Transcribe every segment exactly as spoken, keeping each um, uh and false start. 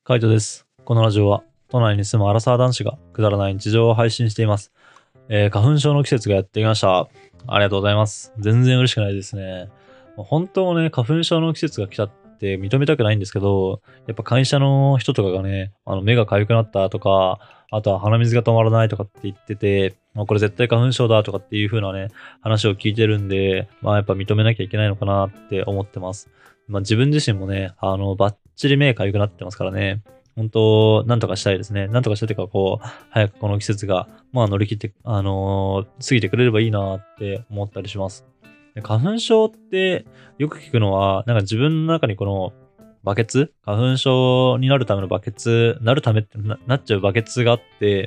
カイトです。このラジオは都内に住むアラサー男子がくだらない日常を配信しています。えー、花粉症の季節がやってきました。ありがとうございます。全然嬉しくないですね。本当ね、花粉症の季節が来たって認めたくないんですけど、やっぱ会社の人とかがね、あの目が痒くなったとか、あとは鼻水が止まらないとかって言ってて、まあ、これ絶対花粉症だとかっていう風なね、話を聞いてるんで、まあやっぱ認めなきゃいけないのかなって思ってます。まあ自分自身もね、あの、バッチリ目痒くなってますからね。本当、なんとかしたいですね。なんとかしたいというか、こう、早くこの季節が、まあ乗り切って、あのー過ぎてくれればいいなって思ったりします。で花粉症ってよく聞くのは、なんか自分の中にこのバケツ花粉症になるためのバケツ、なるためってななっちゃうバケツがあって、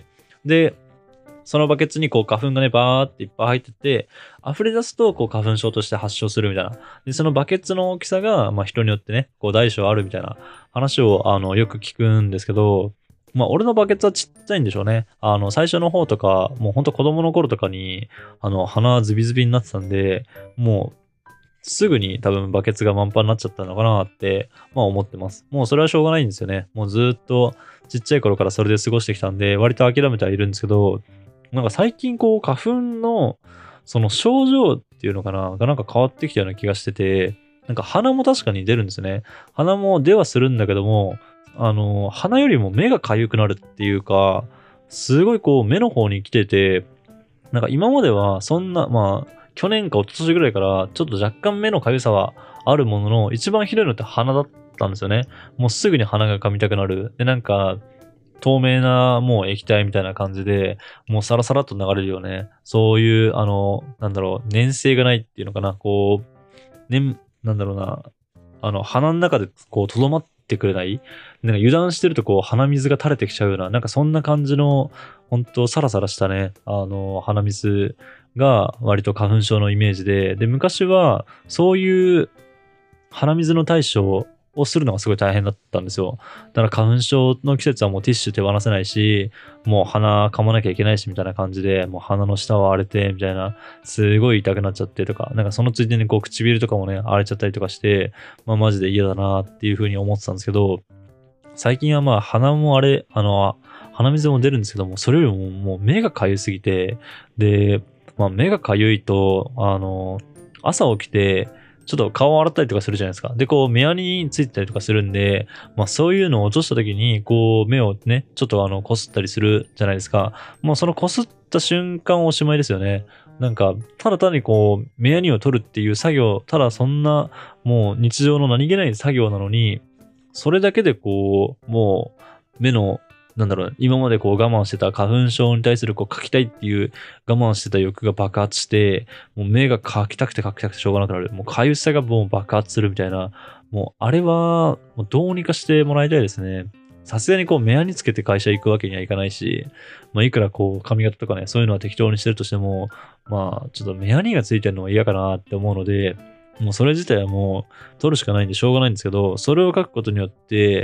で、そのバケツにこう花粉がね、バーっていっぱい入ってて、溢れ出すとこう花粉症として発症するみたいな。で、そのバケツの大きさが、まあ人によってね、こう大小あるみたいな話を、あの、よく聞くんですけど、まあ俺のバケツはちっちゃいんでしょうね。あの、最初の方とか、もうほんと子供の頃とかに、あの、鼻ズビズビになってたんで、もう、すぐに多分バケツが満帆になっちゃったのかなって、まあ思ってます。もうそれはしょうがないんですよね。もうずっとちっちゃい頃からそれで過ごしてきたんで、割と諦めてはいるんですけど、なんか最近こう花粉のその症状っていうのかながなんか変わってきたような気がしてて、なんか鼻も確かに出るんですね。鼻も出はするんだけども、あの、鼻よりも目が痒くなるっていうか、すごいこう目の方に来てて、なんか今まではそんな、まあ、去年か一昨年ぐらいからちょっと若干目の痒さはあるものの、一番ひどいのって鼻だったんですよね。もうすぐに鼻が噛みたくなる。で、なんか、透明なもう液体みたいな感じで、もうサラサラっと流れるよね。そういう、あの、なんだろう、粘性がないっていうのかな。こう、ね、なんだろうな。あの、鼻の中でこう、とどまってくれない。なんか油断してるとこう、鼻水が垂れてきちゃうような、なんかそんな感じの、ほんとサラサラしたね、あの、鼻水が割と花粉症のイメージで、で、昔は、そういう鼻水の対処をするのがすごい大変だったんですよ。だから花粉症の季節はもうティッシュ手放せないし、もう鼻噛まなきゃいけないしみたいな感じで、もう鼻の下は荒れて、みたいな、すごい痛くなっちゃってとか、なんかそのついでにこう唇とかもね、荒れちゃったりとかして、まあマジで嫌だなっていう風に思ってたんですけど、最近はまあ鼻もあれ、あの、鼻水も出るんですけども、それよりももう目がかゆすぎて、で、まあ目がかゆいと、あの、朝起きて、ちょっと顔を洗ったりとかするじゃないですか。で、こう、目やにについてたりとかするんで、まあそういうのを落とした時に、こう、目をね、ちょっとあの、こすったりするじゃないですか。もうそのこすった瞬間おしまいですよね。なんか、ただ単にこう、目やにを取るっていう作業、ただそんな、もう日常の何気ない作業なのに、それだけでこう、もう、目の、なんだろう、今までこう我慢してた花粉症に対するこう描きたいっていう我慢してた欲が爆発して、もう目が描きたくて描きたくてしょうがなくなる。もう痒さがもう爆発するみたいな。もうあれは、もうどうにかしてもらいたいですね。さすがにこう目やにつけて会社行くわけにはいかないし、まあいくらこう髪型とかね、そういうのは適当にしてるとしても、まあちょっと目やにがついてるのは嫌かなって思うので、もうそれ自体はもう取るしかないんでしょうがないんですけど、それを書くことによって、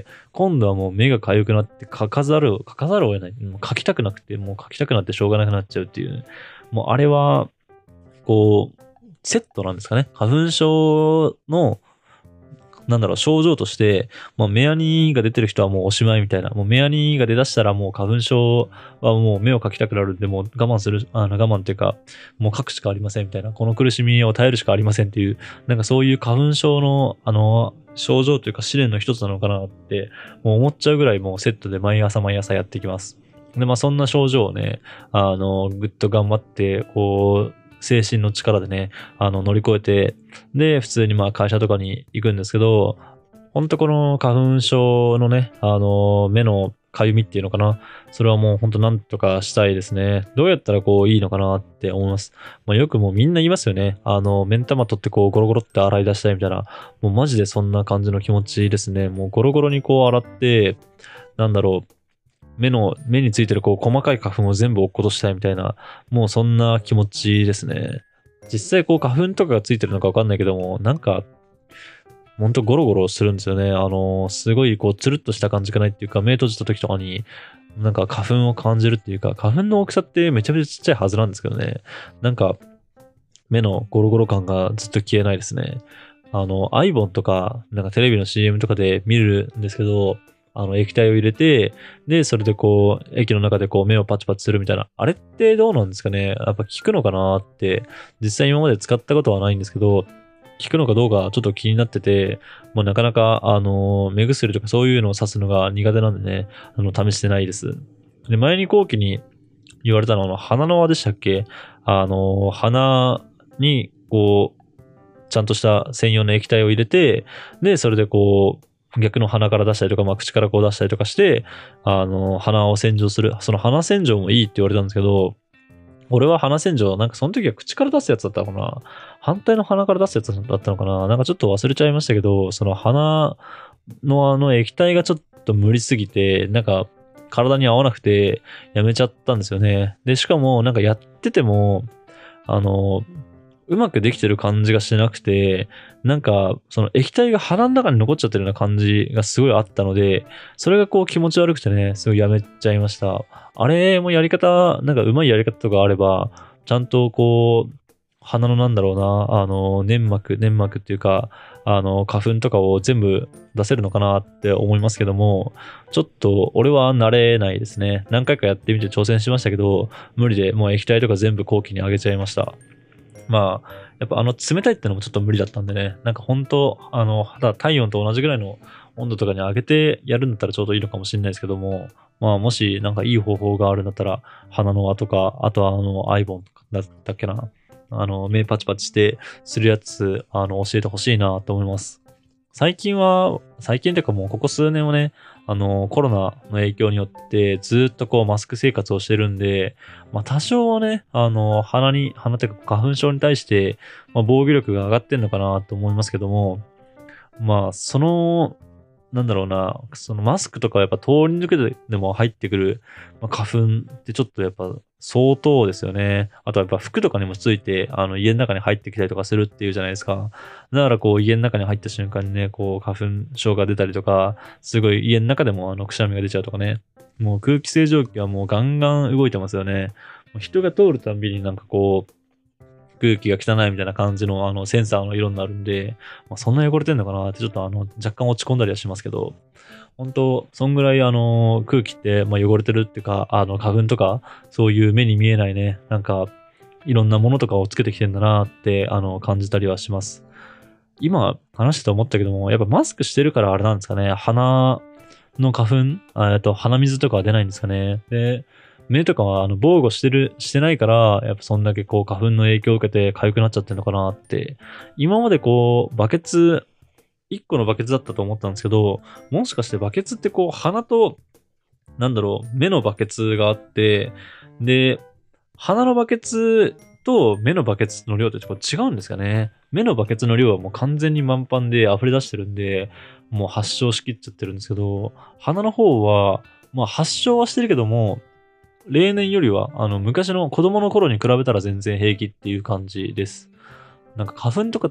今度はもう目が痒くなって書かざるを、書かざるを得ない。もう書きたくなくて、もう書きたくなってしょうがなくなっちゃうっていう。もうあれは、こう、セットなんですかね。花粉症のなんだろう、症状として、まあ、目やにが出てる人はもうおしまいみたいな。もう目やにが出だしたらもう花粉症はもう目をかきたくなるんで、もう我慢する、あの我慢っていうか、もう書くしかありませんみたいな。この苦しみを耐えるしかありませんっていう、なんかそういう花粉症の、あの、症状というか試練の一つなのかなって、もう思っちゃうぐらいもうセットで毎朝毎朝やっていきます。で、まあそんな症状をね、あの、ぐっと頑張って、こう、精神の力でね、あの、乗り越えて、で、普通にまあ会社とかに行くんですけど、ほんとこの花粉症のね、あの、目のかゆみっていうのかな。それはもうほんとなんとかしたいですね。どうやったらこういいのかなって思います。まあよくもうみんな言いますよね。あの、目ん玉取ってこうゴロゴロって洗い出したいみたいな。もうマジでそんな感じの気持ちですね。もうゴロゴロにこう洗って、なんだろう。目の、目についてるこう細かい花粉を全部落っことしたいみたいな、もうそんな気持ちですね。実際こう花粉とかがついてるのかわかんないけども、なんか、ほんとゴロゴロするんですよね。あの、すごいこうつるっとした感じがないっていうか、目閉じた時とかに、なんか花粉を感じるっていうか、花粉の大きさってめちゃめちゃちっちゃいはずなんですけどね。なんか、目のゴロゴロ感がずっと消えないですね。あの、アイボンとか、なんかテレビの シーエム とかで見るんですけど、 あの、液体を入れて、で、それでこう、液の中でこう、目をパチパチするみたいな。あれってどうなんですかね？やっぱ効くのかなって、実際今まで使ったことはないんですけど、効くのかどうかちょっと気になってて、まあ、なかなか、あの、目薬とかそういうのを刺すのが苦手なんでね、あの、試してないです。で、前に後期に言われたのは、あの、鼻の輪でしたっけ？あの、鼻に、こう、ちゃんとした専用の液体を入れて、で、それでこう、逆の鼻から出したりとか、まあ、口からこう出したりとかして、あの、鼻を洗浄する。その鼻洗浄もいいって言われたんですけど、俺は鼻洗浄、なんかその時は口から出すやつだったのかな？反対の鼻から出すやつだったのかな？なんかちょっと忘れちゃいましたけど、その鼻のあの液体がちょっと無理すぎて、なんか体に合わなくてやめちゃったんですよね。で、しかもなんかやってても、あの、うまくできてる感じがしてなくて、なんか、その液体が鼻の中に残っちゃってるような感じがすごいあったので、それがこう気持ち悪くてね、すごいやめちゃいました。あれもやり方、なんかうまいやり方とかあれば、ちゃんとこう、鼻のなんだろうな、あの、粘膜、粘膜っていうか、あの、花粉とかを全部出せるのかなって思いますけども、ちょっと俺は慣れないですね。何回かやってみて挑戦しましたけど、無理でもう液体とか全部後期に上げちゃいました。まあ、やっぱあの冷たいってのもちょっと無理だったんでね、なんか本当、あの、肌、体温と同じぐらいの温度とかに上げてやるんだったらちょうどいいのかもしれないですけども、まあもしなんかいい方法があるんだったら、鼻の輪とか、あとはあの、アイボンとかだったっけな、あの、目パチパチしてするやつ、あの、教えてほしいなと思います。最近は、最近というかもうここ数年はね、あの、コロナの影響によってずっとこうマスク生活をしてるんで、まあ多少はね、あの、鼻に、鼻というか花粉症に対して、まあ、防御力が上がってんのかなと思いますけども、まあ、その、なんだろうな、そのマスクとかやっぱ通り抜けてでも入ってくる、まあ、花粉ってちょっとやっぱ相当ですよね。あとはやっぱ服とかにもついて、あの家の中に入ってきたりとかするっていうじゃないですか。だからこう家の中に入った瞬間にね、こう花粉症が出たりとか、すごい家の中でもあのくしゃみが出ちゃうとかね。もう空気清浄機はもうガンガン動いてますよね。人が通るたんびになんかこう、空気が汚いみたいな感じのあのセンサーの色になるんで、まあ、そんな汚れてんのかなってちょっとあの若干落ち込んだりはしますけど、本当そんぐらいあの空気ってまあ汚れてるっていうか、あの花粉とかそういう目に見えないね、なんかいろんなものとかをつけてきてんだなってあの感じたりはします。今話してて思ったけども、やっぱマスクしてるからあれなんですかね、鼻の花粉、あえっと鼻水とかは出ないんですかね。で、目とかはあの防護してる、してないから、やっぱそんだけこう花粉の影響を受けて痒くなっちゃってるのかなって。今までこう、バケツ、いっこのバケツだったと思ったんですけど、もしかしてバケツってこう鼻と、なんだろう、目のバケツがあって、で、鼻のバケツと目のバケツの量ってちょっと違うんですかね。目のバケツの量はもう完全に満帆で溢れ出してるんで、もう発症しきっちゃってるんですけど、鼻の方は、まあ発症はしてるけども、例年よりは、あの、昔の子供の頃に比べたら全然平気っていう感じです。なんか花粉とかって、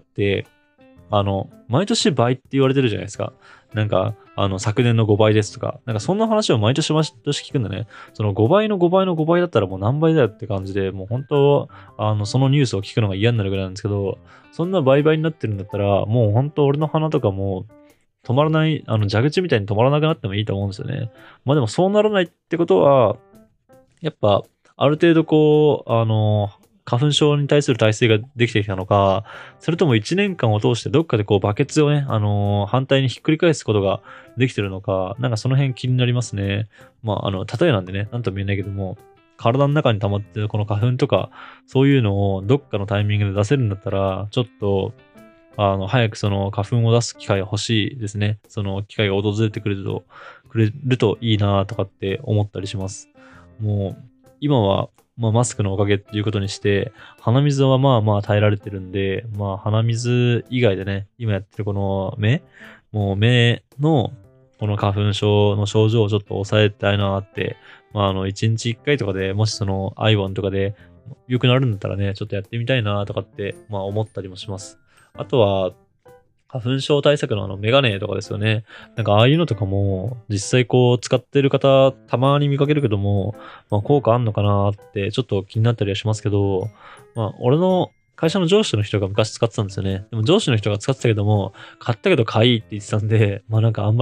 あの、毎年倍って言われてるじゃないですか。なんか、あの、昨年のごばいですとか、なんかそんな話を毎年毎年聞くんだね。そのごばいのごばいのごばいだったらもう何倍だよって感じで、もう本当、あの、そのニュースを聞くのが嫌になるぐらいなんですけど、そんな倍々になってるんだったら、もう本当俺の鼻とかも止まらない、あの、蛇口みたいに止まらなくなってもいいと思うんですよね。まあでもそうならないってことは、やっぱ、ある程度こう、あの、花粉症に対する耐性ができてきたのか、それともいちねんかんを通してどっかでこうバケツをね、あの反対にひっくり返すことができてるのか、なんかその辺気になりますね。まあ、あの、例えなんでね、なんとも言えないけども、体の中に溜まってるこの花粉とか、そういうのをどっかのタイミングで出せるんだったら、ちょっと、あの、早くその花粉を出す機会が欲しいですね。その機会が訪れてくれると、くれるといいなとかって思ったりします。もう、今は、まあ、マスクのおかげっていうことにして、鼻水はまあまあ耐えられてるんで、まあ、鼻水以外でね、今やってるこの目、もう目の、この花粉症の症状をちょっと抑えたいなって、まあ、あの、いちにちいっかいとかでもしその、アイボンとかで良くなるんだったらね、ちょっとやってみたいなとかって、まあ、思ったりもします。あとは、花粉症対策のあのメガネとかですよね。なんかああいうのとかも実際こう使ってる方たまに見かけるけども、まあ効果あんのかなってちょっと気になったりはしますけど、まあ俺の会社の上司の人が昔使ってたんですよね。でも上司の人が使ってたけども、買ったけど買いって言ってたんで、まあなんかあんまり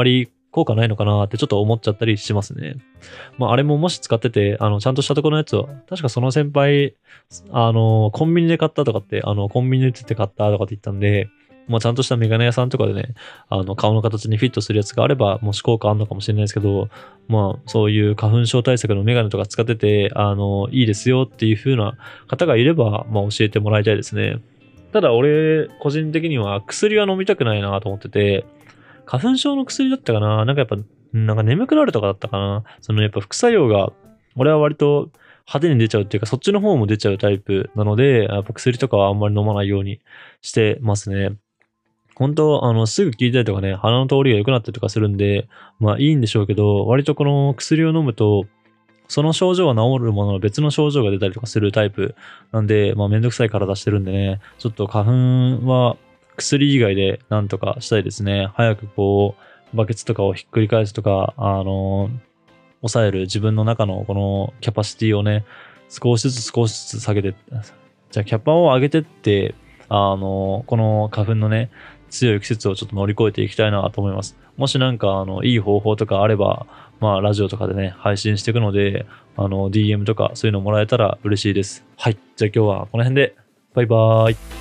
効果ないのかなってちょっと思っちゃったりしますね。まあ、あれももし使ってて、あの、ちゃんとしたところのやつは、確かその先輩、あの、コンビニで買ったとかって、あの、コンビニで売ってて買ったとかって言ったんで、まあ、ちゃんとしたメガネ屋さんとかでね、あの、顔の形にフィットするやつがあれば、もし効果あるのかもしれないですけど、まあ、そういう花粉症対策のメガネとか使ってて、あの、いいですよっていう風な方がいれば、まあ、教えてもらいたいですね。ただ、俺、個人的には薬は飲みたくないなと思ってて、花粉症の薬だったかな、なんかやっぱ、なんか眠くなるとかだったかな。そのやっぱ副作用が、俺は割と派手に出ちゃうっていうか、そっちの方も出ちゃうタイプなので、やっぱ薬とかはあんまり飲まないようにしてますね。本当、あの、すぐ効いたりとかね、鼻の通りが良くなったりとかするんで、まあいいんでしょうけど、割とこの薬を飲むと、その症状は治るものの別の症状が出たりとかするタイプなんで、まあめんどくさい体してるんでね、ちょっと花粉は薬以外でなんとかしたいですね。早くこう、バケツとかをひっくり返すとか、あのー抑える自分の中のこのキャパシティをね、少しずつ少しずつ下げて、じゃあキャパを上げてって、あのーこの花粉のね、強い季節をちょっと乗り越えていきたいなと思います。もしなんか、あの、いい方法とかあれば、まあ、ラジオとかでね、配信していくので、あの、ディーエム とかそういうのもらえたら嬉しいです。はい。じゃあ今日はこの辺で、バイバーイ。